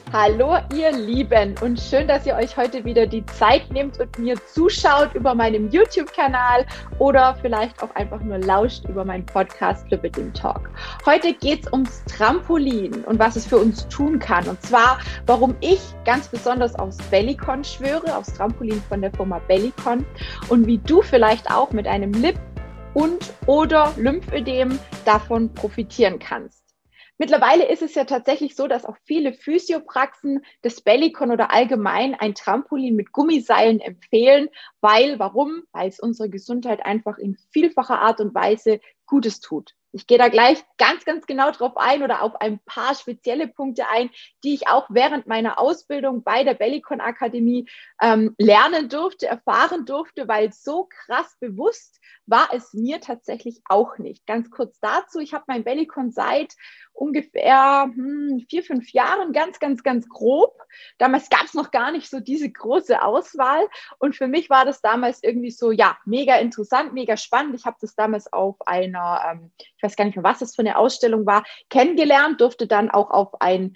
Hallo ihr Lieben und schön, dass ihr euch heute wieder die Zeit nehmt und mir zuschaut über meinem YouTube-Kanal oder vielleicht auch einfach nur lauscht über meinen Podcast Flippity Talk. Heute geht es ums Trampolin und was es für uns tun kann. Und zwar, warum ich ganz besonders aufs Bellycon schwöre, aufs Trampolin von der Firma Bellycon und wie du vielleicht auch mit einem Lip- und oder Lymphödem davon profitieren kannst. Mittlerweile ist es ja tatsächlich so, dass auch viele Physiopraxen das Bellycon oder allgemein ein Trampolin mit Gummiseilen empfehlen, warum? Weil es unserer Gesundheit einfach in vielfacher Art und Weise Gutes tut. Ich gehe da gleich ganz genau drauf ein oder auf ein paar spezielle Punkte ein, die ich auch während meiner Ausbildung bei der Bellycon Akademie lernen durfte, erfahren durfte, weil so krass bewusst war es mir tatsächlich auch nicht. Ganz kurz dazu, ich habe mein Bellycon seit ungefähr 4, 5 Jahren, ganz grob. Damals gab es noch gar nicht so diese große Auswahl und für mich war das damals irgendwie so, ja, mega interessant, mega spannend. Ich habe das damals auf einer, ich weiß gar nicht mehr, was das für eine Ausstellung war, kennengelernt, durfte dann auch auf ein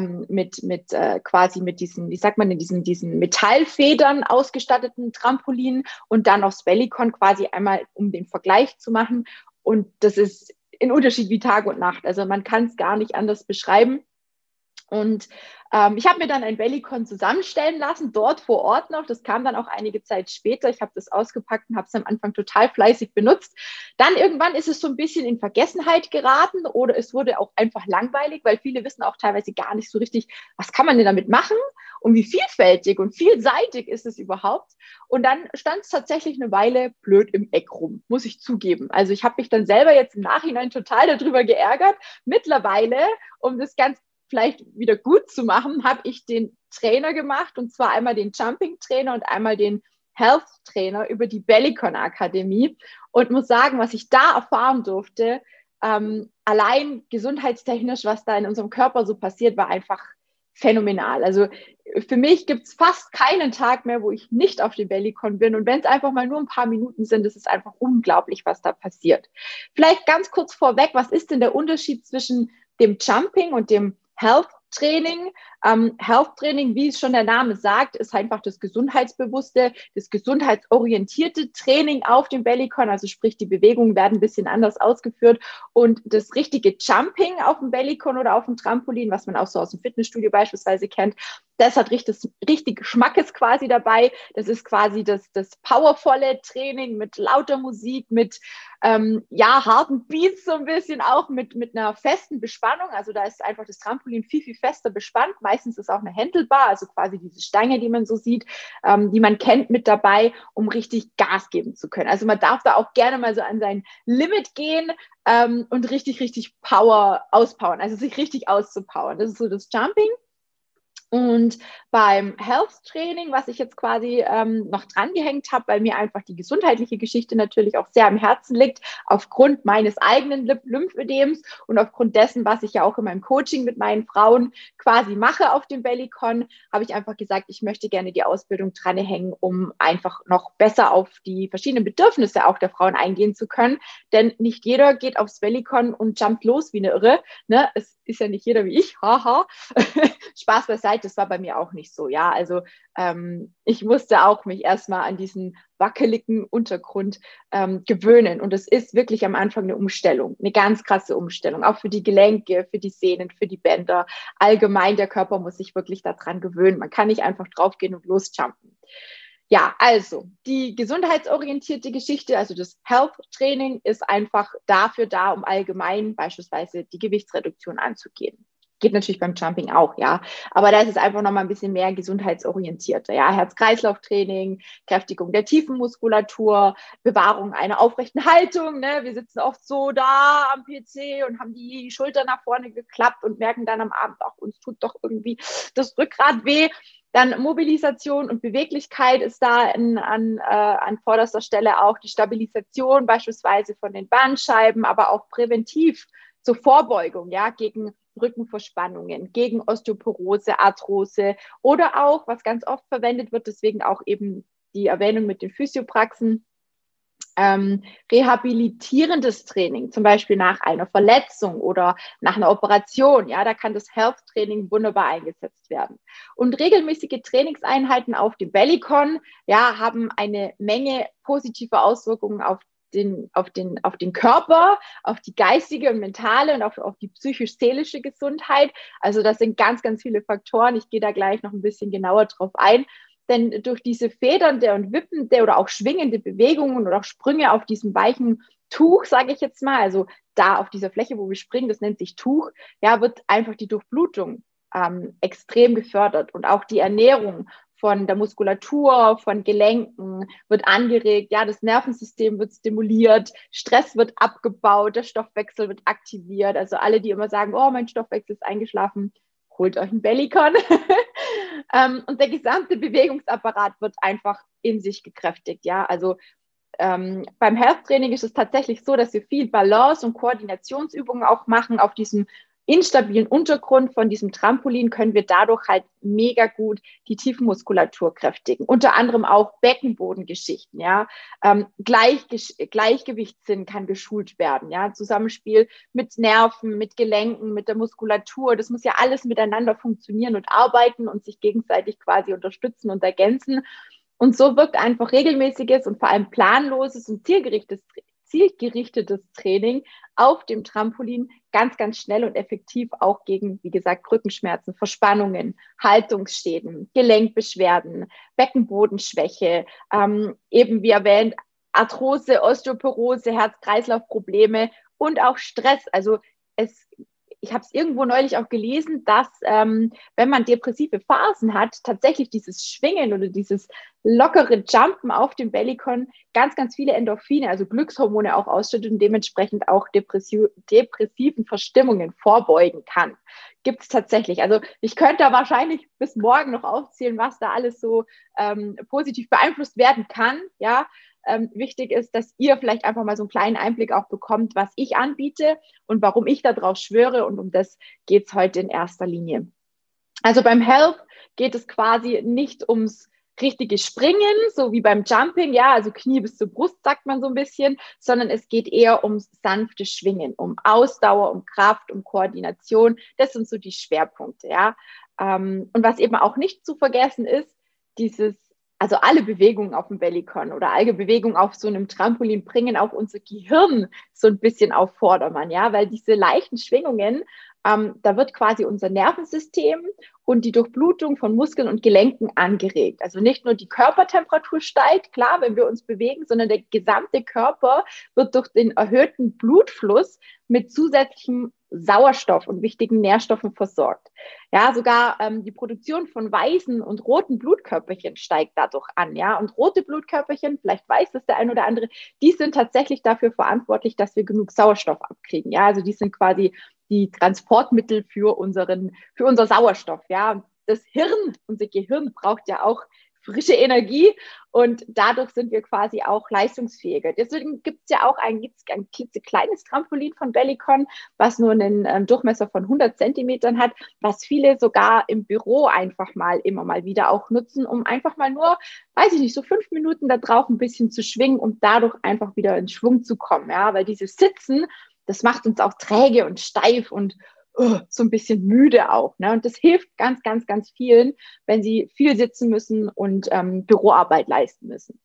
quasi mit diesen, wie sagt man denn, diesen Metallfedern ausgestatteten Trampolin und dann aufs Bellycon quasi einmal, um den Vergleich zu machen. Und das ist ein Unterschied wie Tag und Nacht. Also man kann es gar nicht anders beschreiben. Und ich habe mir dann ein Bellycon zusammenstellen lassen, dort vor Ort noch. Das kam dann auch einige Zeit später. Ich habe das ausgepackt und habe es am Anfang total fleißig benutzt. Dann irgendwann ist es so ein bisschen in Vergessenheit geraten oder es wurde auch einfach langweilig, weil viele wissen auch teilweise gar nicht so richtig, was kann man denn damit machen und wie vielfältig und vielseitig ist es überhaupt. Und dann stand es tatsächlich eine Weile blöd im Eck rum, muss ich zugeben. Also ich habe mich dann selber jetzt im Nachhinein total darüber geärgert. Mittlerweile, um das ganz vielleicht wieder gut zu machen, habe ich den Trainer gemacht und zwar einmal den Jumping Trainer und einmal den Health Trainer über die Bellycon Akademie und muss sagen, was ich da erfahren durfte, allein gesundheitstechnisch, was da in unserem Körper so passiert, war einfach phänomenal. Also für mich gibt es fast keinen Tag mehr, wo ich nicht auf dem Bellycon bin und wenn es einfach mal nur ein paar Minuten sind, ist es einfach unglaublich, was da passiert. Vielleicht ganz kurz vorweg, was ist denn der Unterschied zwischen dem Jumping und dem Health Training? Health Training, wie es schon der Name sagt, ist einfach das gesundheitsbewusste, das gesundheitsorientierte Training auf dem Bellycon, also sprich die Bewegungen werden ein bisschen anders ausgeführt und das richtige Jumping auf dem Bellycon oder auf dem Trampolin, was man auch so aus dem Fitnessstudio beispielsweise kennt, das hat richtig Schmackes quasi dabei. Das ist quasi das powervolle Training mit lauter Musik, mit harten Beats so ein bisschen auch mit einer festen Bespannung. Also da ist einfach das Trampolin viel fester bespannt. Meistens ist auch eine Handlebar, also quasi diese Stange, die man so sieht, die man kennt, mit dabei, um richtig Gas geben zu können. Also man darf da auch gerne mal so an sein Limit gehen und richtig Power auspowern, also sich richtig auszupowern. Das ist so das Jumping. Und beim Health Training, was ich jetzt quasi noch dran gehängt habe, weil mir einfach die gesundheitliche Geschichte natürlich auch sehr am Herzen liegt, aufgrund meines eigenen Lymphödems und aufgrund dessen, was ich ja auch in meinem Coaching mit meinen Frauen quasi mache auf dem Bellycon, habe ich einfach gesagt, ich möchte gerne die Ausbildung dranhängen, um einfach noch besser auf die verschiedenen Bedürfnisse auch der Frauen eingehen zu können. Denn nicht jeder geht aufs Bellycon und jumpt los wie eine Irre. Ne? Es ist ja nicht jeder wie ich, haha. Spaß beiseite, das war bei mir auch nicht so, ja, also ich musste auch mich erstmal an diesen wackeligen Untergrund gewöhnen und es ist wirklich am Anfang eine Umstellung, eine ganz krasse Umstellung, auch für die Gelenke, für die Sehnen, für die Bänder, allgemein der Körper muss sich wirklich daran gewöhnen, man kann nicht einfach draufgehen und losjumpen. Ja, also die gesundheitsorientierte Geschichte, also das Health Training ist einfach dafür da, um allgemein beispielsweise die Gewichtsreduktion anzugehen. Geht natürlich beim Jumping auch, ja. Aber da ist es einfach nochmal ein bisschen mehr gesundheitsorientierter, ja. Herz-Kreislauf-Training, Kräftigung der Tiefenmuskulatur, Bewahrung einer aufrechten Haltung, ne. Wir sitzen oft so da am PC und haben die Schultern nach vorne geklappt und merken dann am Abend auch, uns tut doch irgendwie das Rückgrat weh. Dann Mobilisation und Beweglichkeit ist da an vorderster Stelle auch die Stabilisation beispielsweise von den Bandscheiben, aber auch präventiv zur Vorbeugung, ja, gegen Rückenverspannungen, gegen Osteoporose, Arthrose oder auch, was ganz oft verwendet wird, deswegen auch eben die Erwähnung mit den Physiopraxen, rehabilitierendes Training, zum Beispiel nach einer Verletzung oder nach einer Operation, ja, da kann das Health Training wunderbar eingesetzt werden. Und regelmäßige Trainingseinheiten auf dem Bellycon, ja, haben eine Menge positive Auswirkungen auf den Körper, auf die geistige und mentale und auch auf die psychisch-seelische Gesundheit. Also das sind ganz, ganz viele Faktoren. Ich gehe da gleich noch ein bisschen genauer drauf ein. Denn durch diese federnde und wippende oder auch schwingende Bewegungen oder auch Sprünge auf diesem weichen Tuch, sage ich jetzt mal, also da auf dieser Fläche, wo wir springen, das nennt sich Tuch, ja, wird einfach die Durchblutung extrem gefördert und auch die Ernährung von der Muskulatur, von Gelenken wird angeregt, ja, das Nervensystem wird stimuliert, Stress wird abgebaut, der Stoffwechsel wird aktiviert. Also alle, die immer sagen, oh, mein Stoffwechsel ist eingeschlafen, holt euch ein Bellycon. Und der gesamte Bewegungsapparat wird einfach in sich gekräftigt. Ja, also beim Health Training ist es tatsächlich so, dass wir viel Balance- und Koordinationsübungen auch machen. Auf diesem instabilen Untergrund von diesem Trampolin können wir dadurch halt mega gut die Tiefenmuskulatur kräftigen. Unter anderem auch Beckenbodengeschichten, ja. Gleichgewichtssinn kann geschult werden, ja. Zusammenspiel mit Nerven, mit Gelenken, mit der Muskulatur. Das muss ja alles miteinander funktionieren und arbeiten und sich gegenseitig quasi unterstützen und ergänzen. Und so wirkt einfach regelmäßiges und vor allem planloses und zielgerichtetes Training auf dem Trampolin ganz, ganz schnell und effektiv auch gegen, wie gesagt, Rückenschmerzen, Verspannungen, Haltungsschäden, Gelenkbeschwerden, Beckenbodenschwäche, eben wie erwähnt, Arthrose, Osteoporose, Herz-Kreislauf-Probleme und auch Stress. Also ich habe es irgendwo neulich auch gelesen, dass wenn man depressive Phasen hat, tatsächlich dieses Schwingen oder dieses lockere Jumpen auf dem Bellycon ganz, ganz viele Endorphine, also Glückshormone auch ausschüttet und dementsprechend auch depressiven Verstimmungen vorbeugen kann. Gibt es tatsächlich. Also ich könnte da wahrscheinlich bis morgen noch aufzählen, was da alles so positiv beeinflusst werden kann, ja. Wichtig ist, dass ihr vielleicht einfach mal so einen kleinen Einblick auch bekommt, was ich anbiete und warum ich darauf schwöre. Und um das geht es heute in erster Linie. Also beim Health geht es quasi nicht ums richtige Springen, so wie beim Jumping, ja, also Knie bis zur Brust, sagt man so ein bisschen, sondern es geht eher ums sanfte Schwingen, um Ausdauer, um Kraft, um Koordination. Das sind so die Schwerpunkte, ja. Und was eben auch nicht zu vergessen ist, also alle Bewegungen auf dem Bellycon oder alle Bewegungen auf so einem Trampolin bringen auch unser Gehirn so ein bisschen auf Vordermann, ja, weil diese leichten Schwingungen, da wird quasi unser Nervensystem und die Durchblutung von Muskeln und Gelenken angeregt. Also nicht nur die Körpertemperatur steigt, klar, wenn wir uns bewegen, sondern der gesamte Körper wird durch den erhöhten Blutfluss mit zusätzlichem Sauerstoff und wichtigen Nährstoffen versorgt. Ja, sogar die Produktion von weißen und roten Blutkörperchen steigt dadurch an. Ja, und rote Blutkörperchen, vielleicht weiß das der ein oder andere, die sind tatsächlich dafür verantwortlich, dass wir genug Sauerstoff abkriegen. Ja, also die sind quasi die Transportmittel für unser Sauerstoff. Ja, das Hirn, unser Gehirn braucht ja auch frische Energie und dadurch sind wir quasi auch leistungsfähiger. Deswegen gibt es ja auch ein klitzekleines Trampolin von Bellycon, was nur einen Durchmesser von 100 Zentimetern hat, was viele sogar im Büro einfach mal immer mal wieder auch nutzen, um einfach mal nur, weiß ich nicht, so 5 Minuten da drauf ein bisschen zu schwingen, um dadurch einfach wieder in Schwung zu kommen. Ja, weil dieses Sitzen, das macht uns auch träge und steif und so ein bisschen müde auch. Ne? Und das hilft ganz, ganz, ganz vielen, wenn sie viel sitzen müssen und Büroarbeit leisten müssen.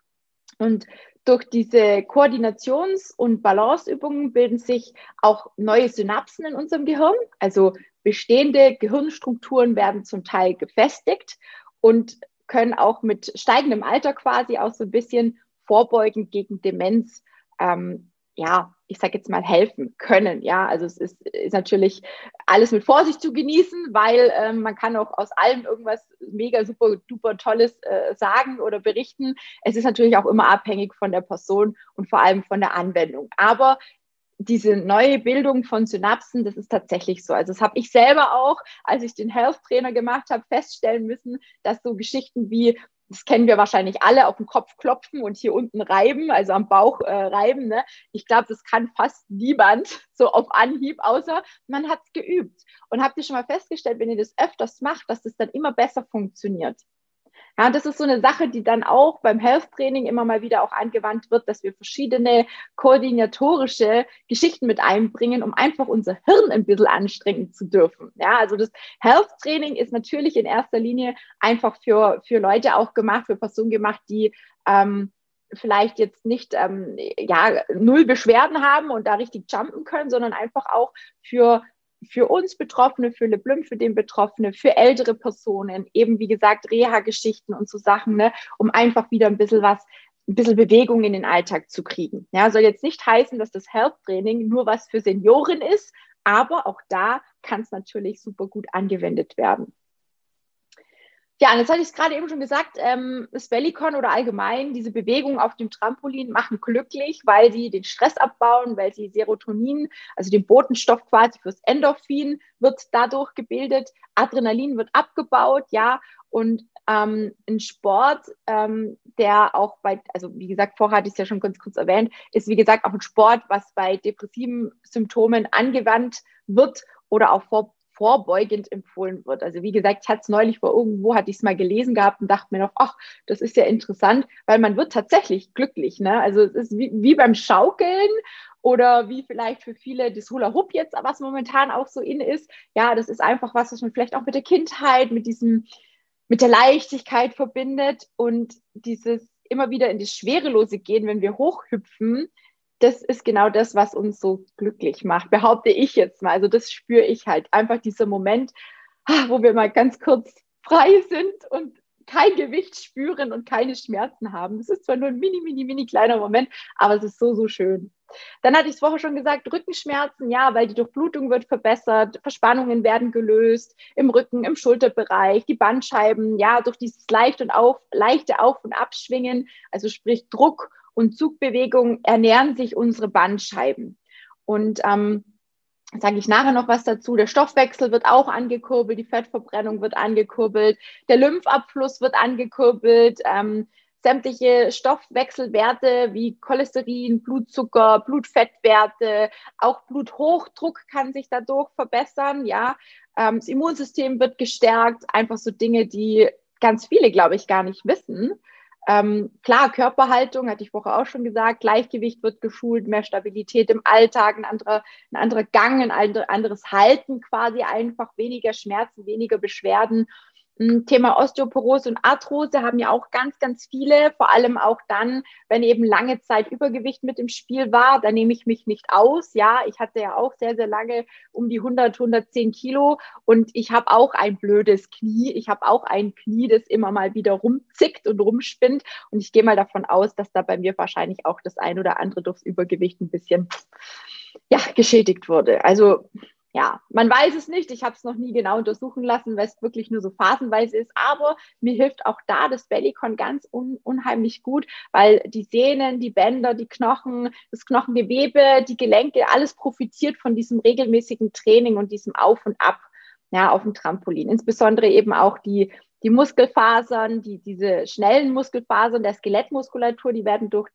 Und durch diese Koordinations- und Balanceübungen bilden sich auch neue Synapsen in unserem Gehirn. Also bestehende Gehirnstrukturen werden zum Teil gefestigt und können auch mit steigendem Alter quasi auch so ein bisschen vorbeugend gegen Demenz ja, ich sage jetzt mal, helfen können. Ja, also es ist natürlich alles mit Vorsicht zu genießen, weil man kann auch aus allem irgendwas mega super duper Tolles sagen oder berichten. Es ist natürlich auch immer abhängig von der Person und vor allem von der Anwendung. Aber diese neue Bildung von Synapsen, das ist tatsächlich so. Also das habe ich selber auch, als ich den Health Trainer gemacht habe, feststellen müssen, dass so Geschichten wie, das kennen wir wahrscheinlich alle, auf den Kopf klopfen und hier unten reiben, also am Bauch reiben. Ne? Ich glaube, das kann fast niemand so auf Anhieb, außer man hat es geübt. Und habt ihr schon mal festgestellt, wenn ihr das öfters macht, dass das dann immer besser funktioniert? Ja, das ist so eine Sache, die dann auch beim Health Training immer mal wieder auch angewandt wird, dass wir verschiedene koordinatorische Geschichten mit einbringen, um einfach unser Hirn ein bisschen anstrengen zu dürfen. Ja, also das Health Training ist natürlich in erster Linie einfach für Leute auch gemacht, für Personen gemacht, die vielleicht jetzt nicht null Beschwerden haben und da richtig jumpen können, sondern einfach auch für uns Betroffene, für Le Blum, für den Betroffene, für ältere Personen, eben wie gesagt Reha-Geschichten und so Sachen, ne, um einfach wieder ein bisschen Bewegung in den Alltag zu kriegen. Ja, soll jetzt nicht heißen, dass das Health-Training nur was für Senioren ist, aber auch da kann es natürlich super gut angewendet werden. Ja, und jetzt hatte ich es gerade eben schon gesagt, das Bellycon oder allgemein diese Bewegungen auf dem Trampolin machen glücklich, weil sie den Stress abbauen, weil sie Serotonin, also den Botenstoff quasi fürs Endorphin, wird dadurch gebildet, Adrenalin wird abgebaut, ja, und ein Sport, der auch also wie gesagt, vorher hatte ich es ja schon ganz kurz erwähnt, ist wie gesagt auch ein Sport, was bei depressiven Symptomen angewandt wird oder auch vorbeugend empfohlen wird. Also wie gesagt, ich hatte es neulich hatte ich es mal gelesen gehabt und dachte mir noch, ach, das ist ja interessant, weil man wird tatsächlich glücklich. Ne? Also es ist wie beim Schaukeln oder wie vielleicht für viele das Hula Hoop jetzt, was momentan auch so in ist. Ja, das ist einfach was man vielleicht auch mit der Kindheit, mit der Leichtigkeit verbindet und dieses immer wieder in das Schwerelose gehen, wenn wir hochhüpfen, das ist genau das, was uns so glücklich macht, behaupte ich jetzt mal. Also das spüre ich halt. Einfach dieser Moment, wo wir mal ganz kurz frei sind und kein Gewicht spüren und keine Schmerzen haben. Das ist zwar nur ein mini kleiner Moment, aber es ist so, so schön. Dann hatte ich es vorher schon gesagt, Rückenschmerzen, ja, weil die Durchblutung wird verbessert, Verspannungen werden gelöst, im Rücken, im Schulterbereich, die Bandscheiben, ja, durch dieses leichte Auf- und Abschwingen, also sprich Druck und Zugbewegung, ernähren sich unsere Bandscheiben. Und sage ich nachher noch was dazu. Der Stoffwechsel wird auch angekurbelt, die Fettverbrennung wird angekurbelt, der Lymphabfluss wird angekurbelt, sämtliche Stoffwechselwerte wie Cholesterin, Blutzucker, Blutfettwerte, auch Bluthochdruck kann sich dadurch verbessern. Ja, das Immunsystem wird gestärkt, einfach so Dinge, die ganz viele, glaube ich, gar nicht wissen. Klar, Körperhaltung, hatte ich vorher auch schon gesagt, Gleichgewicht wird geschult, mehr Stabilität im Alltag, ein anderer Gang, ein anderes Halten quasi einfach, weniger Schmerzen, weniger Beschwerden. Thema Osteoporose und Arthrose haben ja auch ganz, ganz viele, vor allem auch dann, wenn eben lange Zeit Übergewicht mit im Spiel war. Da nehme ich mich nicht aus. Ja, ich hatte ja auch sehr, sehr lange um die 110 Kilo und ich habe auch ein blödes Knie. Ich habe auch ein Knie, das immer mal wieder rumzickt und rumspinnt. Und ich gehe mal davon aus, dass da bei mir wahrscheinlich auch das ein oder andere durchs Übergewicht ein bisschen geschädigt wurde. Also ja, man weiß es nicht. Ich habe es noch nie genau untersuchen lassen, weil es wirklich nur so phasenweise ist. Aber mir hilft auch da das Bellycon ganz unheimlich gut, weil die Sehnen, die Bänder, die Knochen, das Knochengewebe, die Gelenke, alles profitiert von diesem regelmäßigen Training und diesem Auf und Ab, ja, auf dem Trampolin. Insbesondere eben auch die Muskelfasern, diese schnellen Muskelfasern der Skelettmuskulatur, die werden durch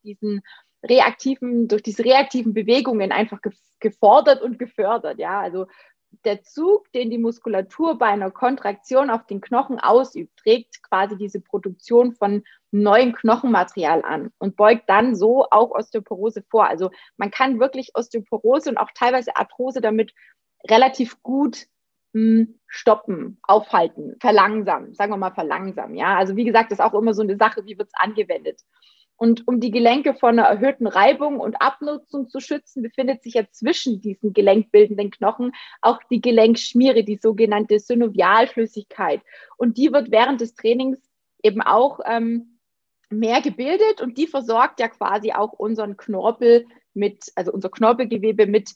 diese reaktiven Bewegungen einfach gefordert und gefördert. Ja, also der Zug, den die Muskulatur bei einer Kontraktion auf den Knochen ausübt, trägt quasi diese Produktion von neuem Knochenmaterial an und beugt dann so auch Osteoporose vor. Also man kann wirklich Osteoporose und auch teilweise Arthrose damit relativ gut stoppen, aufhalten, verlangsamen, sagen wir mal verlangsamen. Ja, also wie gesagt, das ist auch immer so eine Sache, wie wird es angewendet. Und um die Gelenke von einer erhöhten Reibung und Abnutzung zu schützen, befindet sich ja zwischen diesen gelenkbildenden Knochen auch die Gelenkschmiere, die sogenannte Synovialflüssigkeit. Und die wird während des Trainings eben auch mehr gebildet und die versorgt ja quasi auch unseren Knorpel also unser Knorpelgewebe mit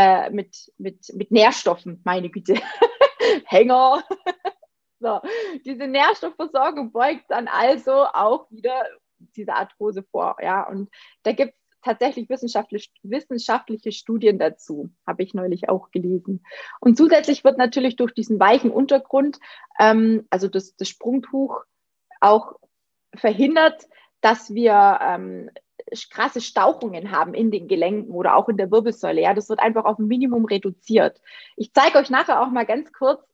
Nährstoffen, meine Güte. Hänger. So, diese Nährstoffversorgung beugt dann also auch wieder diese Arthrose vor. Ja, und da gibt es tatsächlich wissenschaftliche Studien dazu, habe ich neulich auch gelesen. Und zusätzlich wird natürlich durch diesen weichen Untergrund, also das Sprungtuch, auch verhindert, dass wir krasse Stauchungen haben in den Gelenken oder auch in der Wirbelsäule. Ja, das wird einfach auf ein Minimum reduziert. Ich zeige euch nachher auch mal ganz kurz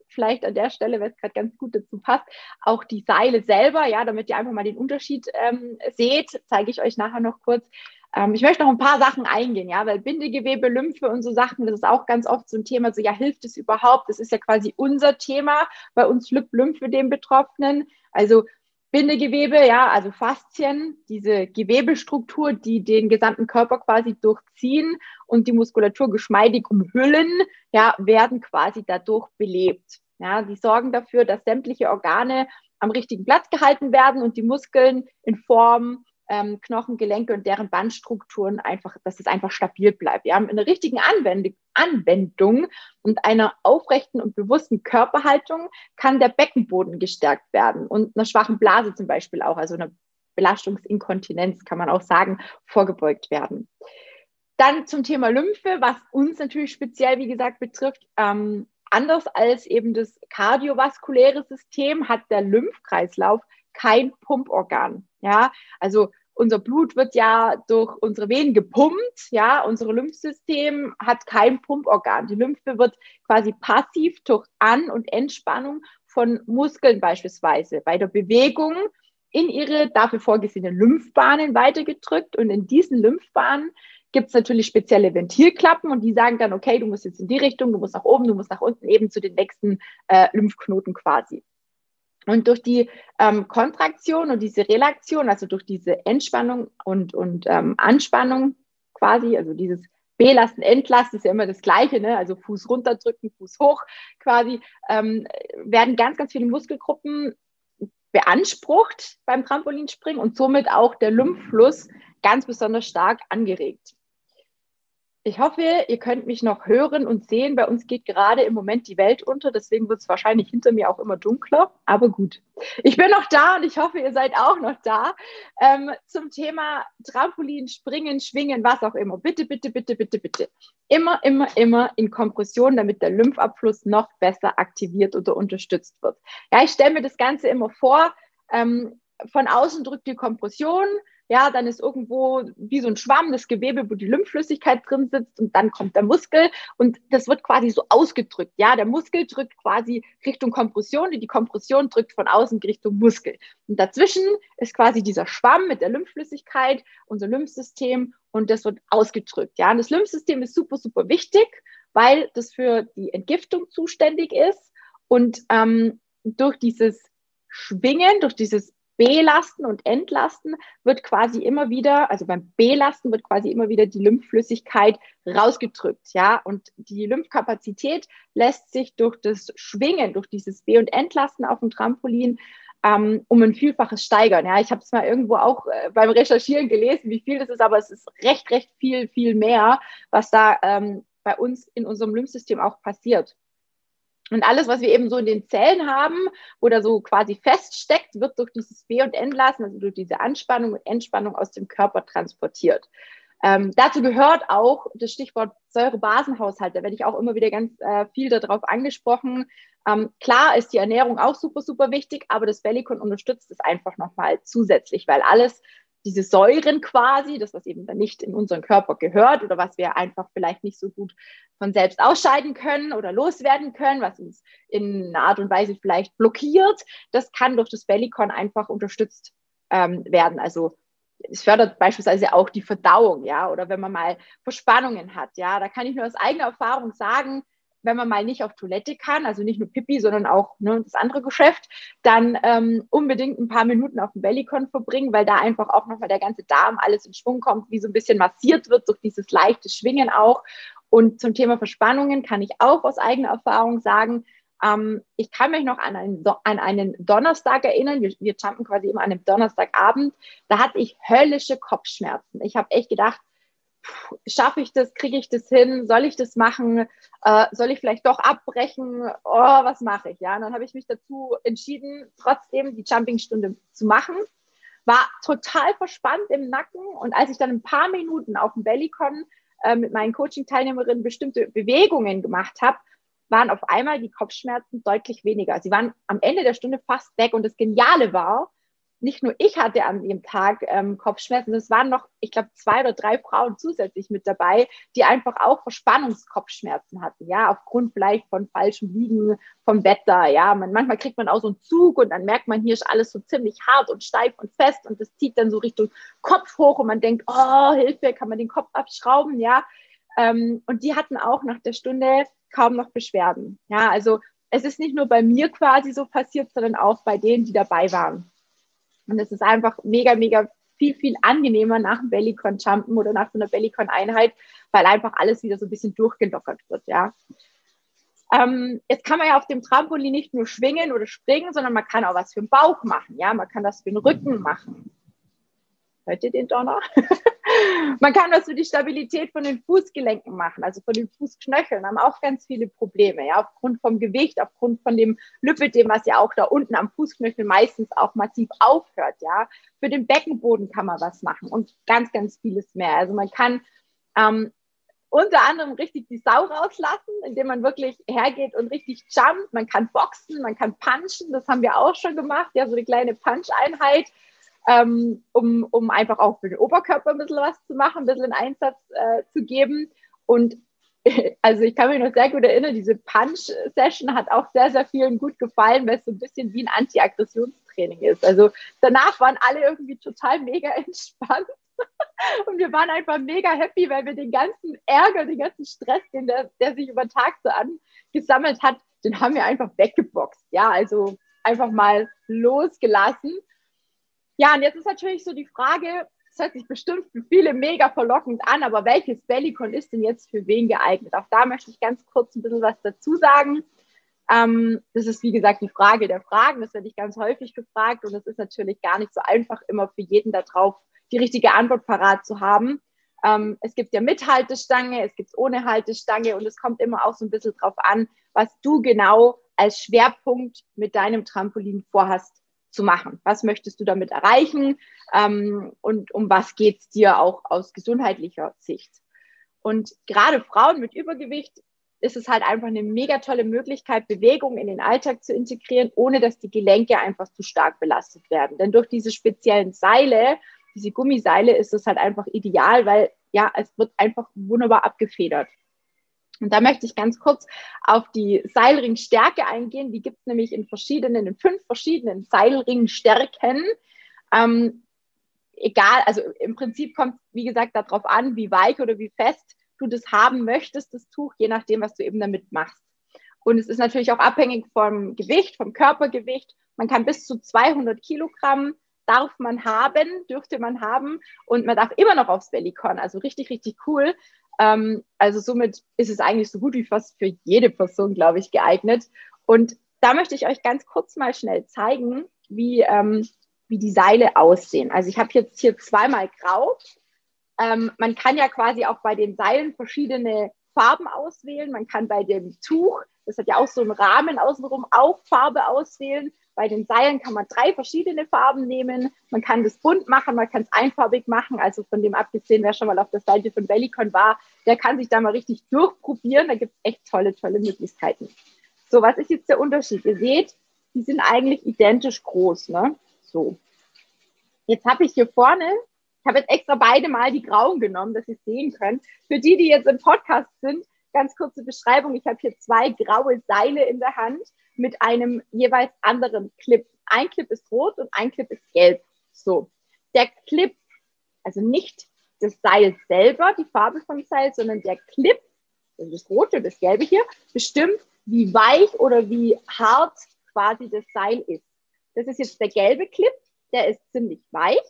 vielleicht an der Stelle, weil es gerade ganz gut dazu passt, auch die Seile selber, ja, damit ihr einfach mal den Unterschied seht, zeige ich euch nachher noch kurz. Ich möchte noch ein paar Sachen eingehen, ja, weil Bindegewebe, Lymphe und so Sachen, das ist auch ganz oft so ein Thema, so ja, hilft es überhaupt? Das ist ja quasi unser Thema bei uns Lymphe, dem Betroffenen. Also Bindegewebe, ja, also Faszien, diese Gewebestruktur, die den gesamten Körper quasi durchziehen und die Muskulatur geschmeidig umhüllen, ja, werden quasi dadurch belebt. Ja, die sorgen dafür, dass sämtliche Organe am richtigen Platz gehalten werden und die Muskeln in Form Knochen, Gelenke und deren Bandstrukturen einfach, dass es einfach stabil bleibt. Wir haben in der richtigen Anwendung und einer aufrechten und bewussten Körperhaltung kann der Beckenboden gestärkt werden und einer schwachen Blase zum Beispiel auch, also einer Belastungsinkontinenz kann man auch sagen, vorgebeugt werden. Dann zum Thema Lymphe, was uns natürlich speziell, wie gesagt, betrifft. Anders als eben das kardiovaskuläre System hat der Lymphkreislauf kein Pumporgan. Ja, also unser Blut wird ja durch unsere Venen gepumpt. Ja, unser Lymphsystem hat kein Pumporgan. Die Lymphe wird quasi passiv durch An- und Entspannung von Muskeln beispielsweise bei der Bewegung in ihre dafür vorgesehenen Lymphbahnen weitergedrückt. Und in diesen Lymphbahnen gibt es natürlich spezielle Ventilklappen und die sagen dann, okay, du musst jetzt in die Richtung, du musst nach oben, du musst nach unten, eben zu den nächsten Lymphknoten quasi. Und durch die Kontraktion und diese Relaktion, also durch diese Entspannung und Anspannung quasi, also dieses Belasten, Entlasten ist ja immer das Gleiche, ne? Also Fuß runterdrücken, Fuß hoch quasi, werden ganz, ganz viele Muskelgruppen beansprucht beim Trampolinspringen und somit auch der Lymphfluss ganz besonders stark angeregt. Ich hoffe, ihr könnt mich noch hören und sehen. Bei uns geht gerade im Moment die Welt unter, deswegen wird es wahrscheinlich hinter mir auch immer dunkler. Aber gut, ich bin noch da und ich hoffe, ihr seid auch noch da. Zum Thema Trampolin, Springen, Schwingen, was auch immer. Bitte, bitte, bitte, bitte, bitte. Immer, immer, immer in Kompression, damit der Lymphabfluss noch besser aktiviert oder unterstützt wird. Ja, ich stelle mir das Ganze immer vor. Von außen drückt die Kompression. Ja, dann ist irgendwo wie so ein Schwamm das Gewebe, wo die Lymphflüssigkeit drin sitzt und dann kommt der Muskel und das wird quasi so ausgedrückt. Ja, der Muskel drückt quasi Richtung Kompression und die Kompression drückt von außen Richtung Muskel. Und dazwischen ist quasi dieser Schwamm mit der Lymphflüssigkeit, unser Lymphsystem und das wird ausgedrückt. Ja, und das Lymphsystem ist super, super wichtig, weil das für die Entgiftung zuständig ist und durch dieses Schwingen, durch dieses Belasten und Entlasten wird quasi immer wieder, also beim Belasten wird quasi immer wieder die Lymphflüssigkeit rausgedrückt, ja, und die Lymphkapazität lässt sich durch das Schwingen, durch dieses Be- und Entlasten auf dem Trampolin um ein Vielfaches steigern. Ja, ich habe es mal irgendwo auch beim Recherchieren gelesen, wie viel das ist, aber es ist recht, recht viel, viel mehr, was da bei uns in unserem Lymphsystem auch passiert. Und alles, was wir eben so in den Zellen haben oder so quasi feststeckt, wird durch dieses Be- und Entlassen, also durch diese Anspannung und Entspannung aus dem Körper transportiert. Dazu gehört auch das Stichwort Säurebasenhaushalt. Da werde ich auch immer wieder ganz viel darauf angesprochen. Klar ist die Ernährung auch super, super wichtig, aber das Bellicon unterstützt es einfach nochmal zusätzlich, weil alles diese Säuren quasi, das was eben dann nicht in unseren Körper gehört oder was wir einfach vielleicht nicht so gut von selbst ausscheiden können oder loswerden können, was uns in einer Art und Weise vielleicht blockiert, das kann durch das Bellicon einfach unterstützt werden. Also es fördert beispielsweise auch die Verdauung, ja, oder wenn man mal Verspannungen hat, ja, da kann ich nur aus eigener Erfahrung sagen, wenn man mal nicht auf Toilette kann, also nicht nur Pipi, sondern auch das andere Geschäft, dann unbedingt ein paar Minuten auf dem Bellicon verbringen, weil da einfach auch nochmal der ganze Darm alles in Schwung kommt, wie so ein bisschen massiert wird durch dieses leichte Schwingen auch. Und zum Thema Verspannungen kann ich auch aus eigener Erfahrung sagen, ich kann mich noch an einen Donnerstag erinnern, wir jumpen quasi immer an einem Donnerstagabend, da hatte ich höllische Kopfschmerzen. Ich habe echt gedacht, schaffe ich das, kriege ich das hin, soll ich das machen, soll ich vielleicht doch abbrechen, was mache ich? Ja, und dann habe ich mich dazu entschieden, trotzdem die Jumpingstunde zu machen, war total verspannt im Nacken und als ich dann ein paar Minuten auf dem Bellicon mit meinen Coaching-Teilnehmerinnen bestimmte Bewegungen gemacht habe, waren auf einmal die Kopfschmerzen deutlich weniger. Sie waren am Ende der Stunde fast weg und das Geniale war, nicht nur ich hatte an dem Tag Kopfschmerzen, es waren noch, ich glaube, 2 oder 3 Frauen zusätzlich mit dabei, die einfach auch Verspannungskopfschmerzen hatten, ja, aufgrund vielleicht von falschem Liegen, vom Wetter, ja. Manchmal kriegt man auch so einen Zug und dann merkt man, hier ist alles so ziemlich hart und steif und fest und das zieht dann so Richtung Kopf hoch und man denkt, oh, Hilfe, kann man den Kopf abschrauben, ja. Und die hatten auch nach der Stunde kaum noch Beschwerden, ja. Also es ist nicht nur bei mir quasi so passiert, sondern auch bei denen, die dabei waren. Und es ist einfach mega, mega viel, viel angenehmer nach dem Bellycon-Jumpen oder nach so einer Bellycon-Einheit, weil einfach alles wieder so ein bisschen durchgelockert wird, ja. Jetzt kann man ja auf dem Trampolin nicht nur schwingen oder springen, sondern man kann auch was für den Bauch machen, ja. Man kann das für den Rücken machen. Hört ihr den Donner? Man kann was für die Stabilität von den Fußgelenken machen, also von den Fußknöcheln, haben auch ganz viele Probleme, ja, aufgrund vom Gewicht, aufgrund von dem Lipödem, was ja auch da unten am Fußknöchel meistens auch massiv aufhört, ja. Für den Beckenboden kann man was machen und ganz, ganz vieles mehr. Also man kann unter anderem richtig die Sau rauslassen, indem man wirklich hergeht und richtig jumpt. Man kann boxen, man kann punchen, das haben wir auch schon gemacht, ja, so eine kleine Punch-Einheit. Um einfach auch für den Oberkörper ein bisschen was zu machen, ein bisschen Einsatz zu geben. Und also ich kann mich noch sehr gut erinnern, diese Punch-Session hat auch sehr, sehr vielen gut gefallen, weil es so ein bisschen wie ein Anti-Aggressionstraining ist. Also danach waren alle irgendwie total mega entspannt. Und wir waren einfach mega happy, weil wir den ganzen Ärger, den ganzen Stress, der sich über den Tag so angesammelt hat, den haben wir einfach weggeboxt. Ja, also einfach mal losgelassen. Ja, und jetzt ist natürlich so die Frage, das hört sich bestimmt für viele mega verlockend an, aber welches Bellycon ist denn jetzt für wen geeignet? Auch da möchte ich ganz kurz ein bisschen was dazu sagen. Das ist, wie gesagt, die Frage der Fragen. Das werde ich ganz häufig gefragt und es ist natürlich gar nicht so einfach, immer für jeden darauf die richtige Antwort parat zu haben. Es gibt ja mit Haltestange, es gibt ohne Haltestange und es kommt immer auch so ein bisschen drauf an, was du genau als Schwerpunkt mit deinem Trampolin vorhast zu machen. Was möchtest du damit erreichen und um was geht es dir auch aus gesundheitlicher Sicht? Und gerade Frauen mit Übergewicht ist es halt einfach eine mega tolle Möglichkeit, Bewegung in den Alltag zu integrieren, ohne dass die Gelenke einfach zu stark belastet werden. Denn durch diese speziellen Seile, diese Gummiseile, ist es halt einfach ideal, weil ja, es wird einfach wunderbar abgefedert. Und da möchte ich ganz kurz auf die Seilringstärke eingehen. Die gibt es nämlich in 5 verschiedenen Seilringstärken. Egal, also im Prinzip kommt es, wie gesagt, darauf an, wie weich oder wie fest du das haben möchtest, das Tuch, je nachdem, was du eben damit machst. Und es ist natürlich auch abhängig vom Gewicht, vom Körpergewicht. Man kann bis zu 200 Kilogramm dürfte man haben und man darf immer noch aufs Bellycon. Also richtig, richtig cool. Also somit ist es eigentlich so gut wie fast für jede Person, glaube ich, geeignet. Und da möchte ich euch ganz kurz mal schnell zeigen, wie die Seile aussehen. Also ich habe jetzt hier zweimal grau. Man kann ja quasi auch bei den Seilen verschiedene Farben auswählen. Man kann bei dem Tuch, das hat ja auch so einen Rahmen außenrum, auch Farbe auswählen. Bei den Seilen kann man 3 verschiedene Farben nehmen. Man kann das bunt machen, man kann es einfarbig machen. Also von dem abgesehen, wer schon mal auf der Seite von Bellycon war, der kann sich da mal richtig durchprobieren. Da gibt es echt tolle, tolle Möglichkeiten. So, was ist jetzt der Unterschied? Ihr seht, die sind eigentlich identisch groß, ne? So. Jetzt habe ich hier vorne, ich habe jetzt extra beide mal die grauen genommen, dass ihr es sehen könnt. Für die, die jetzt im Podcast sind, ganz kurze Beschreibung. Ich habe hier 2 graue Seile in der Hand mit einem jeweils anderen Clip. Ein Clip ist rot und ein Clip ist gelb. So. Der Clip, also nicht das Seil selber, die Farbe vom Seil, sondern der Clip, also das rote und das gelbe hier, bestimmt, wie weich oder wie hart quasi das Seil ist. Das ist jetzt der gelbe Clip, der ist ziemlich weich.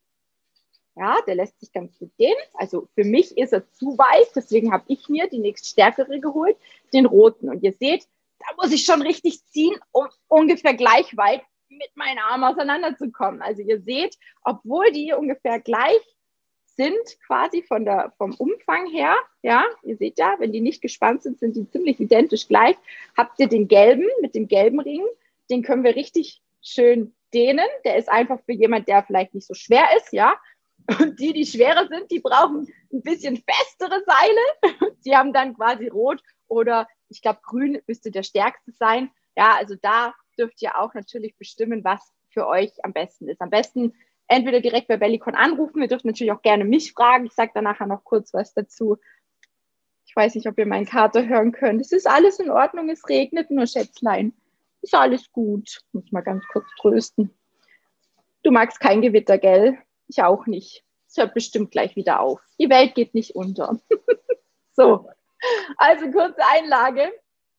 Ja, der lässt sich ganz gut dehnen. Also für mich ist er zu weich, deswegen habe ich mir die nächststärkere geholt, den roten. Und ihr seht, da muss ich schon richtig ziehen, um ungefähr gleich weit mit meinen Armen auseinanderzukommen. Also ihr seht, obwohl die ungefähr gleich sind, quasi vom Umfang her, ja, ihr seht ja, wenn die nicht gespannt sind, sind die ziemlich identisch gleich. Habt ihr den gelben mit dem gelben Ring, den können wir richtig schön dehnen. Der ist einfach für jemand, der vielleicht nicht so schwer ist, ja. Und die schwerer sind, die brauchen ein bisschen festere Seile. Die haben dann quasi rot oder ich glaube grün müsste der stärkste sein. Ja, also da dürft ihr auch natürlich bestimmen, was für euch am besten ist. Am besten entweder direkt bei Bellycon anrufen. Ihr dürft natürlich auch gerne mich fragen. Ich sage dann nachher noch kurz was dazu. Ich weiß nicht, ob ihr meinen Kater hören könnt. Es ist alles in Ordnung. Es regnet nur, Schätzlein. Ist alles gut. Muss mal ganz kurz trösten. Du magst kein Gewitter, gell? Ich auch nicht. Es hört bestimmt gleich wieder auf. Die Welt geht nicht unter. So, also kurze Einlage.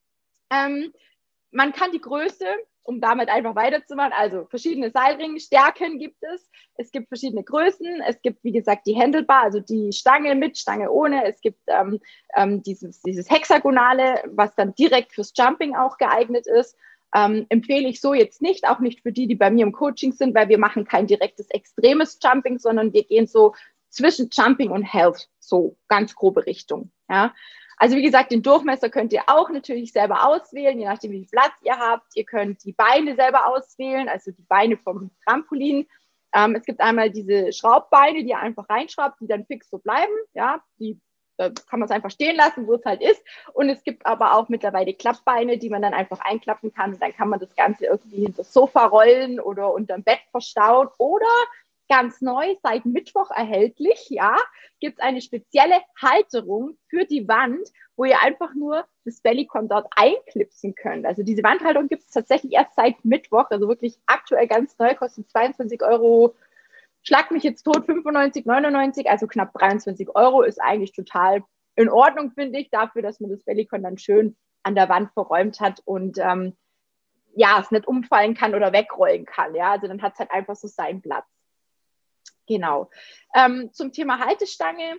Man kann die Größe, um damit einfach weiterzumachen, also verschiedene Seilringstärken gibt es. Es gibt verschiedene Größen. Es gibt, wie gesagt, die Handlebar, also die Stange mit, Stange ohne. Es gibt dieses Hexagonale, was dann direkt fürs Jumping auch geeignet ist. Empfehle ich so jetzt nicht, auch nicht für die, die bei mir im Coaching sind, weil wir machen kein direktes extremes Jumping, sondern wir gehen so zwischen Jumping und Health, so ganz grobe Richtung. Ja. Also wie gesagt, den Durchmesser könnt ihr auch natürlich selber auswählen, je nachdem, wie viel Platz ihr habt. Ihr könnt die Beine selber auswählen, also die Beine vom Trampolin. Es gibt einmal diese Schraubbeine, die ihr einfach reinschraubt, die dann fix so bleiben. Ja, da kann man es einfach stehen lassen, wo es halt ist. Und es gibt aber auch mittlerweile Klappbeine, die man dann einfach einklappen kann. Und dann kann man das Ganze irgendwie hinter das Sofa rollen oder unterm Bett verstauen. Oder ganz neu, seit Mittwoch erhältlich, ja, gibt es eine spezielle Halterung für die Wand, wo ihr einfach nur das Bellycon dort einklipsen könnt. Also diese Wandhalterung gibt es tatsächlich erst seit Mittwoch, also wirklich aktuell ganz neu, kostet 22 Euro. Schlag mich jetzt tot, 95, 99, also knapp 23 Euro, ist eigentlich total in Ordnung, finde ich, dafür, dass man das Bellycon dann schön an der Wand verräumt hat und ja, es nicht umfallen kann oder wegrollen kann. Ja, also dann hat es halt einfach so seinen Platz. Genau. Zum Thema Haltestange.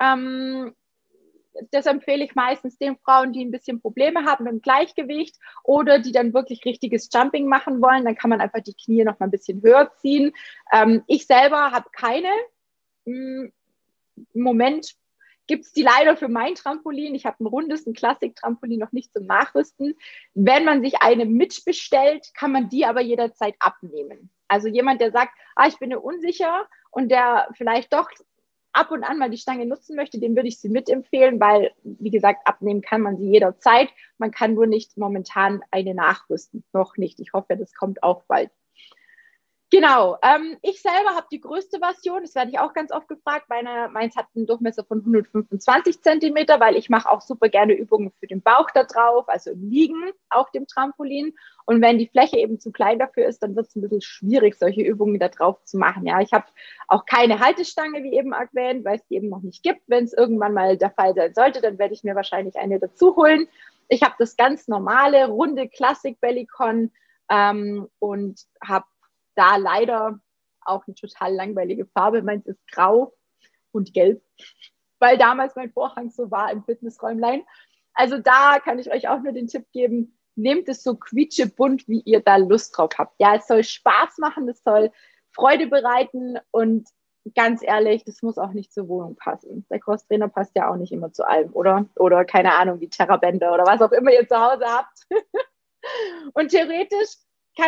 Das empfehle ich meistens den Frauen, die ein bisschen Probleme haben mit dem Gleichgewicht oder die dann wirklich richtiges Jumping machen wollen. Dann kann man einfach die Knie noch mal ein bisschen höher ziehen. Ich selber habe keine. Im Moment gibt es die leider für mein Trampolin. Ich habe ein rundes, ein Klassik-Trampolin noch nicht zum Nachrüsten. Wenn man sich eine mitbestellt, kann man die aber jederzeit abnehmen. Also jemand, der sagt, ich bin mir unsicher und der vielleicht doch ab und an mal die Stange nutzen möchte, dem würde ich sie mitempfehlen, weil, wie gesagt, abnehmen kann man sie jederzeit. Man kann nur nicht momentan eine nachrüsten. Noch nicht. Ich hoffe, das kommt auch bald. Genau, ich selber habe die größte Version, das werde ich auch ganz oft gefragt. Meins hat einen Durchmesser von 125 Zentimeter, weil ich mache auch super gerne Übungen für den Bauch da drauf, also im Liegen auf dem Trampolin. Und wenn die Fläche eben zu klein dafür ist, dann wird es ein bisschen schwierig, solche Übungen da drauf zu machen. Ja, ich habe auch keine Haltestange, wie eben erwähnt, weil es die eben noch nicht gibt. Wenn es irgendwann mal der Fall sein sollte, dann werde ich mir wahrscheinlich eine dazu holen. Ich habe das ganz normale, runde Classic Bellycon und habe da leider auch eine total langweilige Farbe. Meins ist grau und gelb, weil damals mein Vorhang so war im Fitnessräumlein. Also da kann ich euch auch nur den Tipp geben, nehmt es so quietschebunt, wie ihr da Lust drauf habt. Ja, es soll Spaß machen, es soll Freude bereiten und ganz ehrlich, das muss auch nicht zur Wohnung passen. Der Crosstrainer passt ja auch nicht immer zu allem, oder? Oder keine Ahnung, wie Terrabänder oder was auch immer ihr zu Hause habt. Und theoretisch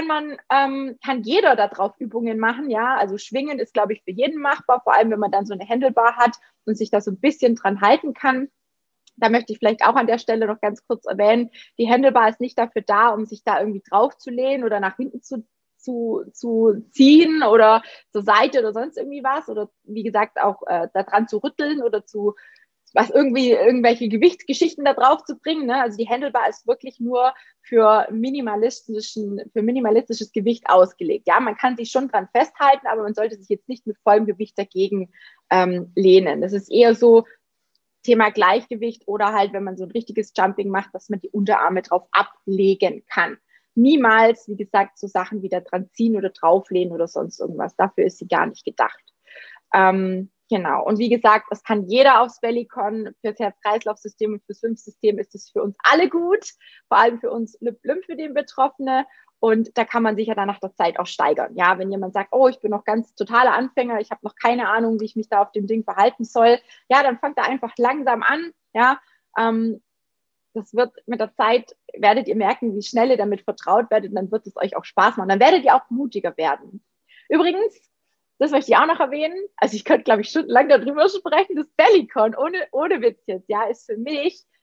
kann jeder da drauf Übungen machen, ja, also Schwingen ist, glaube ich, für jeden machbar, vor allem, wenn man dann so eine Handlebar hat und sich da so ein bisschen dran halten kann. Da möchte ich vielleicht auch an der Stelle noch ganz kurz erwähnen, die Handlebar ist nicht dafür da, um sich da irgendwie drauf zu lehnen oder nach hinten zu ziehen oder zur Seite oder sonst irgendwie was oder wie gesagt auch da dran zu rütteln oder irgendwelche Gewichtsgeschichten da drauf zu bringen. Ne? Also die Handlebar ist wirklich nur für minimalistisches Gewicht ausgelegt. Ja, man kann sich schon dran festhalten, aber man sollte sich jetzt nicht mit vollem Gewicht dagegen lehnen. Das ist eher so Thema Gleichgewicht oder halt, wenn man so ein richtiges Jumping macht, dass man die Unterarme drauf ablegen kann. Niemals, wie gesagt, so Sachen wieder dran ziehen oder drauflehnen oder sonst irgendwas. Dafür ist sie gar nicht gedacht. Genau. Und wie gesagt, das kann jeder aufs Bellycon. Fürs Herz-Kreislauf-System und fürs Lymphsystem ist es für uns alle gut. Vor allem für uns Lymphödem-Betroffene. Und da kann man sich ja dann nach der Zeit auch steigern. Ja, wenn jemand sagt, oh, ich bin noch ganz totaler Anfänger, ich habe noch keine Ahnung, wie ich mich da auf dem Ding verhalten soll. Ja, dann fangt da einfach langsam an. Ja, das wird mit der Zeit, werdet ihr merken, wie schnell ihr damit vertraut werdet. Und dann wird es euch auch Spaß machen. Dann werdet ihr auch mutiger werden. Übrigens, das möchte ich auch noch erwähnen. Also ich könnte, glaube ich, stundenlang darüber sprechen. Das Bellycon, ohne Witz jetzt, ja, ist für mich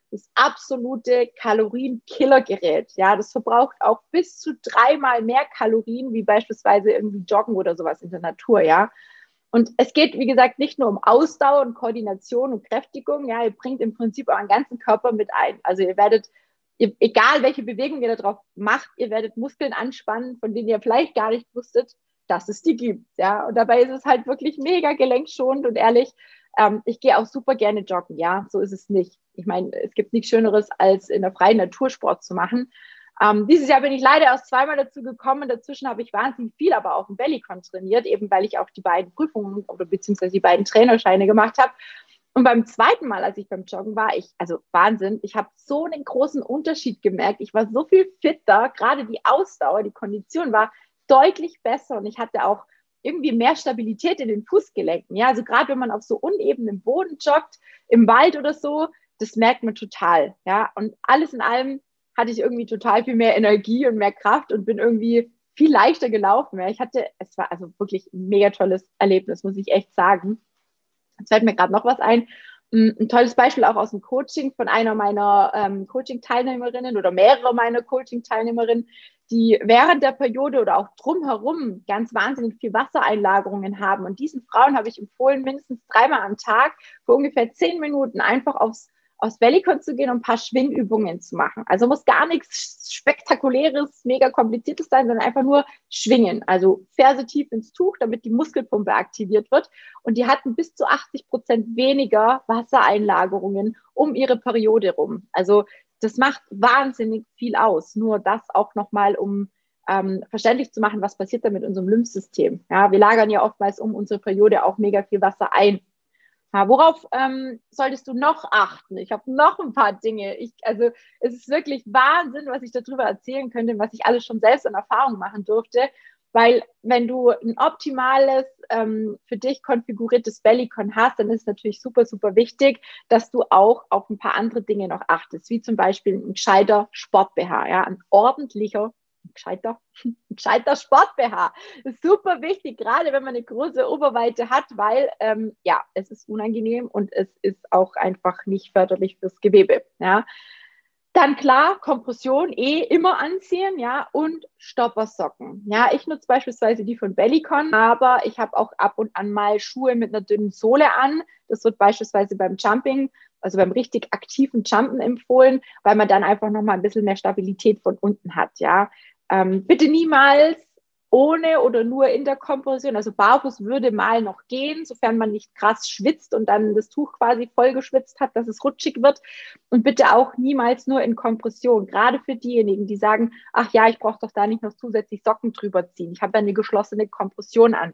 das absolute Kalorienkillergerät. Ja, das verbraucht auch bis zu 3-mal mehr Kalorien wie beispielsweise irgendwie Joggen oder sowas in der Natur. Ja, und es geht, wie gesagt, nicht nur um Ausdauer und Koordination und Kräftigung. Ja, ihr bringt im Prinzip euren ganzen Körper mit ein. Also ihr werdet, egal welche Bewegung ihr da drauf macht, ihr werdet Muskeln anspannen, von denen ihr vielleicht gar nicht wusstet, dass es die gibt. Ja, und dabei ist es halt wirklich mega gelenkschonend und ehrlich. Ich gehe auch super gerne joggen. Ja, so ist es nicht. Ich meine, es gibt nichts Schöneres, als in der freien Natur Sport zu machen. Dieses Jahr bin ich leider erst 2-mal dazu gekommen. Dazwischen habe ich wahnsinnig viel aber auch im Bellycon trainiert, eben weil ich auch die beiden Prüfungen oder beziehungsweise die beiden Trainerscheine gemacht habe. Und beim zweiten Mal, als ich beim Joggen war, also Wahnsinn, ich habe so einen großen Unterschied gemerkt. Ich war so viel fitter, gerade die Ausdauer, die Kondition war deutlich besser und ich hatte auch irgendwie mehr Stabilität in den Fußgelenken. Ja, also gerade wenn man auf so unebenem Boden joggt, im Wald oder so, das merkt man total. Ja, und alles in allem hatte ich irgendwie total viel mehr Energie und mehr Kraft und bin irgendwie viel leichter gelaufen. Ja, es war also wirklich ein mega tolles Erlebnis, muss ich echt sagen. Jetzt fällt mir gerade noch was ein. Ein tolles Beispiel auch aus dem Coaching von einer meiner Coaching-Teilnehmerinnen oder mehrere meiner Coaching-Teilnehmerinnen, die während der Periode oder auch drumherum ganz wahnsinnig viel Wassereinlagerungen haben. Und diesen Frauen habe ich empfohlen, mindestens 3-mal am Tag für ungefähr 10 Minuten einfach aufs Bellycon zu gehen und ein paar Schwingübungen zu machen. Also muss gar nichts Spektakuläres, mega kompliziertes sein, sondern einfach nur schwingen. Also Ferse tief ins Tuch, damit die Muskelpumpe aktiviert wird. Und die hatten bis zu 80% weniger Wassereinlagerungen um ihre Periode rum. Also das macht wahnsinnig viel aus. Nur das auch nochmal, um verständlich zu machen, was passiert da mit unserem Lymphsystem. Ja, wir lagern ja oftmals um unsere Periode auch mega viel Wasser ein. Ja, worauf solltest du noch achten? Ich habe noch ein paar Dinge. Also es ist wirklich Wahnsinn, was ich darüber erzählen könnte, was ich alles schon selbst in Erfahrung machen durfte. Weil wenn du ein optimales, für dich konfiguriertes Bellycon hast, dann ist natürlich super, super wichtig, dass du auch auf ein paar andere Dinge noch achtest, wie zum Beispiel ein gescheiter Sport-BH, ja, ein ordentlicher, gescheiter Sport-BH. Das ist super wichtig, gerade wenn man eine große Oberweite hat, weil ja, es ist unangenehm und es ist auch einfach nicht förderlich fürs Gewebe. Ja. Dann klar, Kompression immer anziehen, ja, und Stoppersocken. Ja, ich nutze beispielsweise die von Bellycon, aber ich habe auch ab und an mal Schuhe mit einer dünnen Sohle an. Das wird beispielsweise beim Jumping, also beim richtig aktiven Jumpen empfohlen, weil man dann einfach nochmal ein bisschen mehr Stabilität von unten hat, ja. Bitte niemals ohne oder nur in der Kompression. Also barfuß würde mal noch gehen, sofern man nicht krass schwitzt und dann das Tuch quasi voll geschwitzt hat, dass es rutschig wird. Und bitte auch niemals nur in Kompression. Gerade für diejenigen, die sagen, ach ja, ich brauche doch da nicht noch zusätzlich Socken drüber ziehen. Ich habe ja eine geschlossene Kompression an.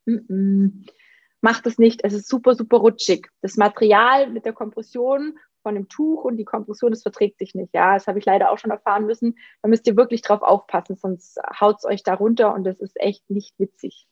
Macht es nicht. Es ist super, super rutschig. Das Material mit der Kompression von dem Tuch und die Kompression, das verträgt sich nicht. Ja, das habe ich leider auch schon erfahren müssen. Da müsst ihr wirklich drauf aufpassen, sonst haut es euch da runter und das ist echt nicht witzig.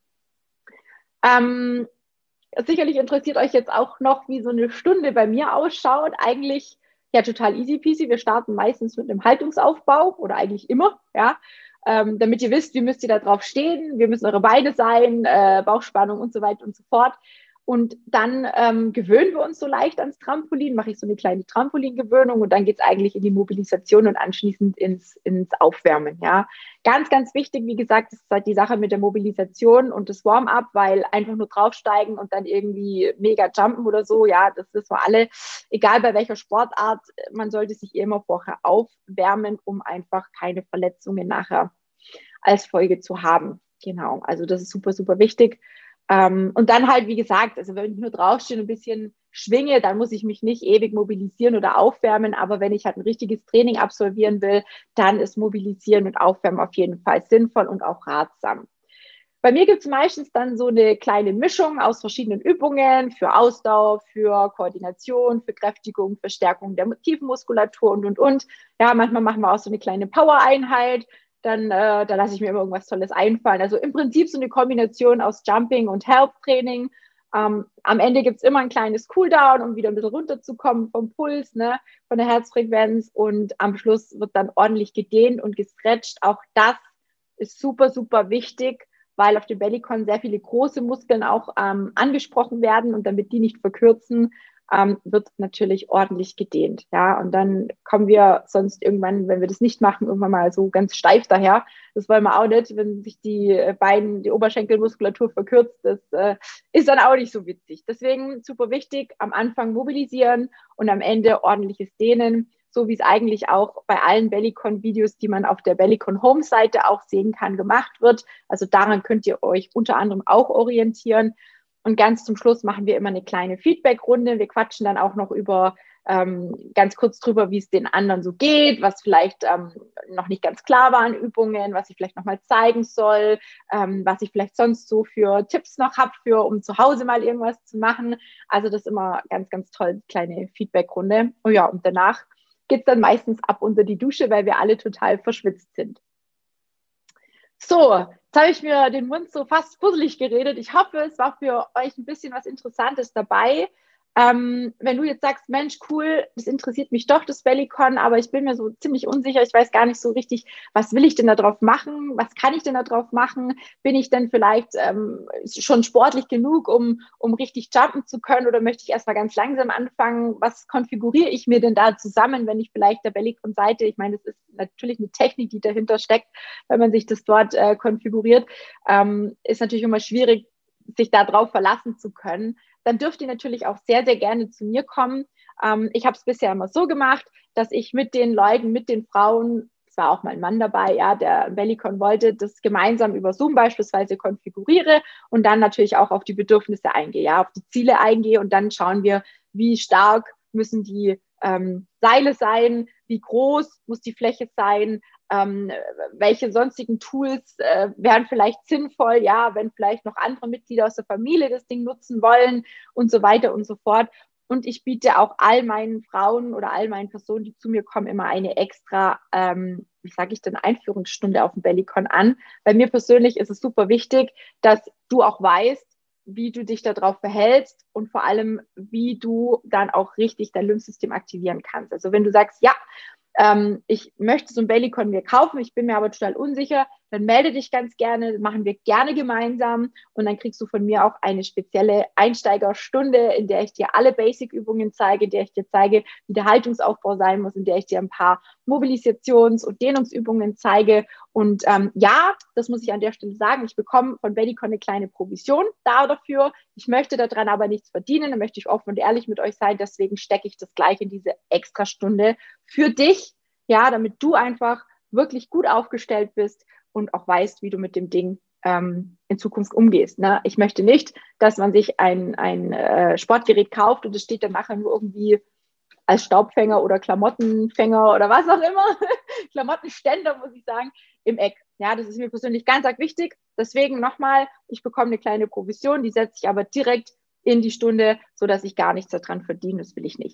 Sicherlich interessiert euch jetzt auch noch, wie so eine Stunde bei mir ausschaut. Eigentlich ja total easy peasy. Wir starten meistens mit einem Haltungsaufbau oder eigentlich immer, ja. Damit ihr wisst, wie müsst ihr da drauf stehen, wie müssen eure Beine sein, Bauchspannung und so weiter und so fort. Und dann gewöhnen wir uns so leicht ans Trampolin, mache ich so eine kleine Trampolingewöhnung und dann geht es eigentlich in die Mobilisation und anschließend ins Aufwärmen. Ja. Ganz, ganz wichtig, wie gesagt, ist halt die Sache mit der Mobilisation und das Warm-up, weil einfach nur draufsteigen und dann irgendwie mega jumpen oder so, ja, das wissen wir alle. Egal bei welcher Sportart, man sollte sich immer vorher aufwärmen, um einfach keine Verletzungen nachher als Folge zu haben. Genau, also das ist super, super wichtig. Und dann halt, wie gesagt, also wenn ich nur draufstehe und ein bisschen schwinge, dann muss ich mich nicht ewig mobilisieren oder aufwärmen. Aber wenn ich halt ein richtiges Training absolvieren will, dann ist Mobilisieren und Aufwärmen auf jeden Fall sinnvoll und auch ratsam. Bei mir gibt es meistens dann so eine kleine Mischung aus verschiedenen Übungen für Ausdauer, für Koordination, für Kräftigung, für Stärkung der Tiefenmuskulatur und. Ja, manchmal machen wir auch so eine kleine Power-Einheit. Dann da lasse ich mir immer irgendwas Tolles einfallen. Also im Prinzip so eine Kombination aus Jumping und Health-Training. Am Ende gibt es immer ein kleines Cooldown, um wieder ein bisschen runterzukommen vom Puls, ne, von der Herzfrequenz. Und am Schluss wird dann ordentlich gedehnt und gestretcht. Auch das ist super, super wichtig, weil auf dem Bellycon sehr viele große Muskeln auch angesprochen werden und damit die nicht verkürzen, wird natürlich ordentlich gedehnt. Ja, und dann kommen wir sonst irgendwann, wenn wir das nicht machen, irgendwann mal so ganz steif daher. Das wollen wir auch nicht, wenn sich die Oberschenkelmuskulatur verkürzt. Das ist dann auch nicht so witzig. Deswegen super wichtig, am Anfang mobilisieren und am Ende ordentliches Dehnen, so wie es eigentlich auch bei allen Bellycon-Videos, die man auf der Bellycon-Home-Seite auch sehen kann, gemacht wird. Also daran könnt ihr euch unter anderem auch orientieren. Und ganz zum Schluss machen wir immer eine kleine Feedback-Runde. Wir quatschen dann auch noch über ganz kurz drüber, wie es den anderen so geht, was vielleicht noch nicht ganz klar war an Übungen, was ich vielleicht nochmal zeigen soll, was ich vielleicht sonst so für Tipps noch habe, um zu Hause mal irgendwas zu machen. Also das ist immer ganz, ganz toll, kleine Feedback-Runde. Oh ja, und danach geht es dann meistens ab unter die Dusche, weil wir alle total verschwitzt sind. So, jetzt habe ich mir den Mund so fast fusselig geredet. Ich hoffe, es war für euch ein bisschen was Interessantes dabei. Wenn du jetzt sagst, Mensch, cool, das interessiert mich doch, das Bellycon, aber ich bin mir so ziemlich unsicher, ich weiß gar nicht so richtig, was will ich denn da drauf machen, was kann ich denn da drauf machen, bin ich denn vielleicht schon sportlich genug, um richtig jumpen zu können oder möchte ich erstmal ganz langsam anfangen, was konfiguriere ich mir denn da zusammen, wenn ich vielleicht der Bellycon-Seite, ich meine, das ist natürlich eine Technik, die dahinter steckt, wenn man sich das dort konfiguriert, ist natürlich immer schwierig, sich darauf verlassen zu können. Dann dürft ihr natürlich auch sehr, sehr gerne zu mir kommen. Ich habe es bisher immer so gemacht, dass ich mit den Leuten, mit den Frauen, es war auch mein Mann dabei, ja, der Bellycon wollte, das gemeinsam über Zoom beispielsweise konfiguriere und dann natürlich auch auf die Bedürfnisse eingehe, ja, auf die Ziele eingehe und dann schauen wir, wie stark müssen die Seile sein, wie groß muss die Fläche sein, welche sonstigen Tools wären vielleicht sinnvoll, ja, wenn vielleicht noch andere Mitglieder aus der Familie das Ding nutzen wollen und so weiter und so fort. Und ich biete auch all meinen Frauen oder all meinen Personen, die zu mir kommen, immer eine extra, wie sage ich denn, Einführungsstunde auf dem Bellycon an. Bei mir persönlich ist es super wichtig, dass du auch weißt, wie du dich darauf verhältst und vor allem, wie du dann auch richtig dein Lymphsystem aktivieren kannst. Also wenn du sagst, ja, ich möchte so ein Bellycon mir kaufen, ich bin mir aber total unsicher, dann melde dich ganz gerne, machen wir gerne gemeinsam und dann kriegst du von mir auch eine spezielle Einsteigerstunde, in der ich dir alle Basic-Übungen zeige, in der ich dir zeige, wie der Haltungsaufbau sein muss, in der ich dir ein paar Mobilisations- und Dehnungsübungen zeige. Und ja, das muss ich an der Stelle sagen, ich bekomme von Bellycon eine kleine Provision dafür. Ich möchte daran aber nichts verdienen, da möchte ich offen und ehrlich mit euch sein, deswegen stecke ich das gleich in diese Extrastunde für dich, ja, damit du einfach wirklich gut aufgestellt bist und auch weißt, wie du mit dem Ding in Zukunft umgehst. Ne? Ich möchte nicht, dass man sich ein Sportgerät kauft und es steht dann nachher nur irgendwie als Staubfänger oder Klamottenfänger oder was auch immer, Klamottenständer, muss ich sagen, im Eck. Ja, das ist mir persönlich ganz, ganz wichtig. Deswegen nochmal, ich bekomme eine kleine Provision, die setze ich aber direkt in die Stunde, sodass ich gar nichts daran verdiene. Das will ich nicht.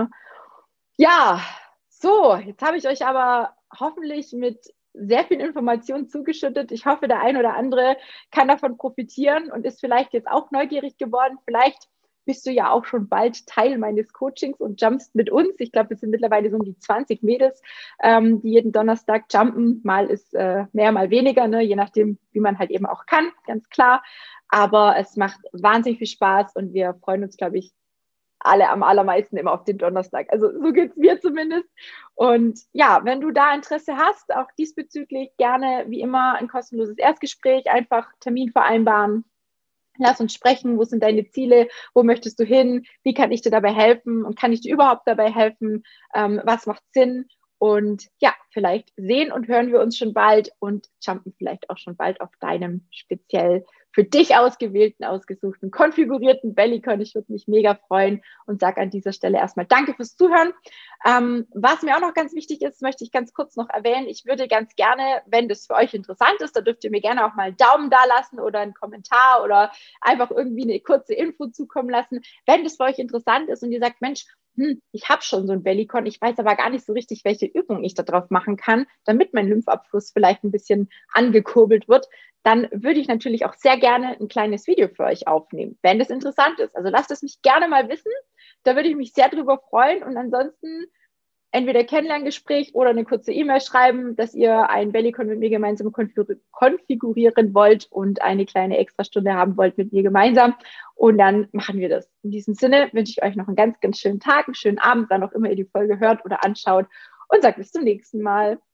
Ja, so, jetzt habe ich euch aber hoffentlich mit sehr viel Information zugeschüttet. Ich hoffe, der ein oder andere kann davon profitieren und ist vielleicht jetzt auch neugierig geworden. Vielleicht bist du ja auch schon bald Teil meines Coachings und jumpst mit uns. Ich glaube, wir sind mittlerweile so um die 20 Mädels, die jeden Donnerstag jumpen. Mal ist mehr, mal weniger, ne? Je nachdem, wie man halt eben auch kann, ganz klar. Aber es macht wahnsinnig viel Spaß und wir freuen uns, glaube ich, alle am allermeisten immer auf den Donnerstag. Also so geht es mir zumindest. Und ja, wenn du da Interesse hast, auch diesbezüglich gerne wie immer ein kostenloses Erstgespräch, einfach Termin vereinbaren. Lass uns sprechen, wo sind deine Ziele, wo möchtest du hin, wie kann ich dir dabei helfen und kann ich dir überhaupt dabei helfen, was macht Sinn und ja, vielleicht sehen und hören wir uns schon bald und jumpen vielleicht auch schon bald auf deinem speziell für dich ausgewählten, ausgesuchten, konfigurierten Bellycon. Ich würde mich mega freuen und sage an dieser Stelle erstmal Danke fürs Zuhören. Was mir auch noch ganz wichtig ist, möchte ich ganz kurz noch erwähnen. Ich würde ganz gerne, wenn das für euch interessant ist, da dürft ihr mir gerne auch mal einen Daumen da lassen oder einen Kommentar oder einfach irgendwie eine kurze Info zukommen lassen. Wenn das für euch interessant ist und ihr sagt, Mensch, ich habe schon so ein Bellycon, ich weiß aber gar nicht so richtig, welche Übung ich da drauf machen kann, damit mein Lymphabfluss vielleicht ein bisschen angekurbelt wird, dann würde ich natürlich auch sehr gerne ein kleines Video für euch aufnehmen, wenn das interessant ist. Also lasst es mich gerne mal wissen, da würde ich mich sehr drüber freuen und ansonsten entweder Kennenlerngespräch oder eine kurze E-Mail schreiben, dass ihr ein Bellycon mit mir gemeinsam konfigurieren wollt und eine kleine Extrastunde haben wollt mit mir gemeinsam. Und dann machen wir das. In diesem Sinne wünsche ich euch noch einen ganz, ganz schönen Tag, einen schönen Abend, wann auch immer ihr die Folge hört oder anschaut und sage bis zum nächsten Mal.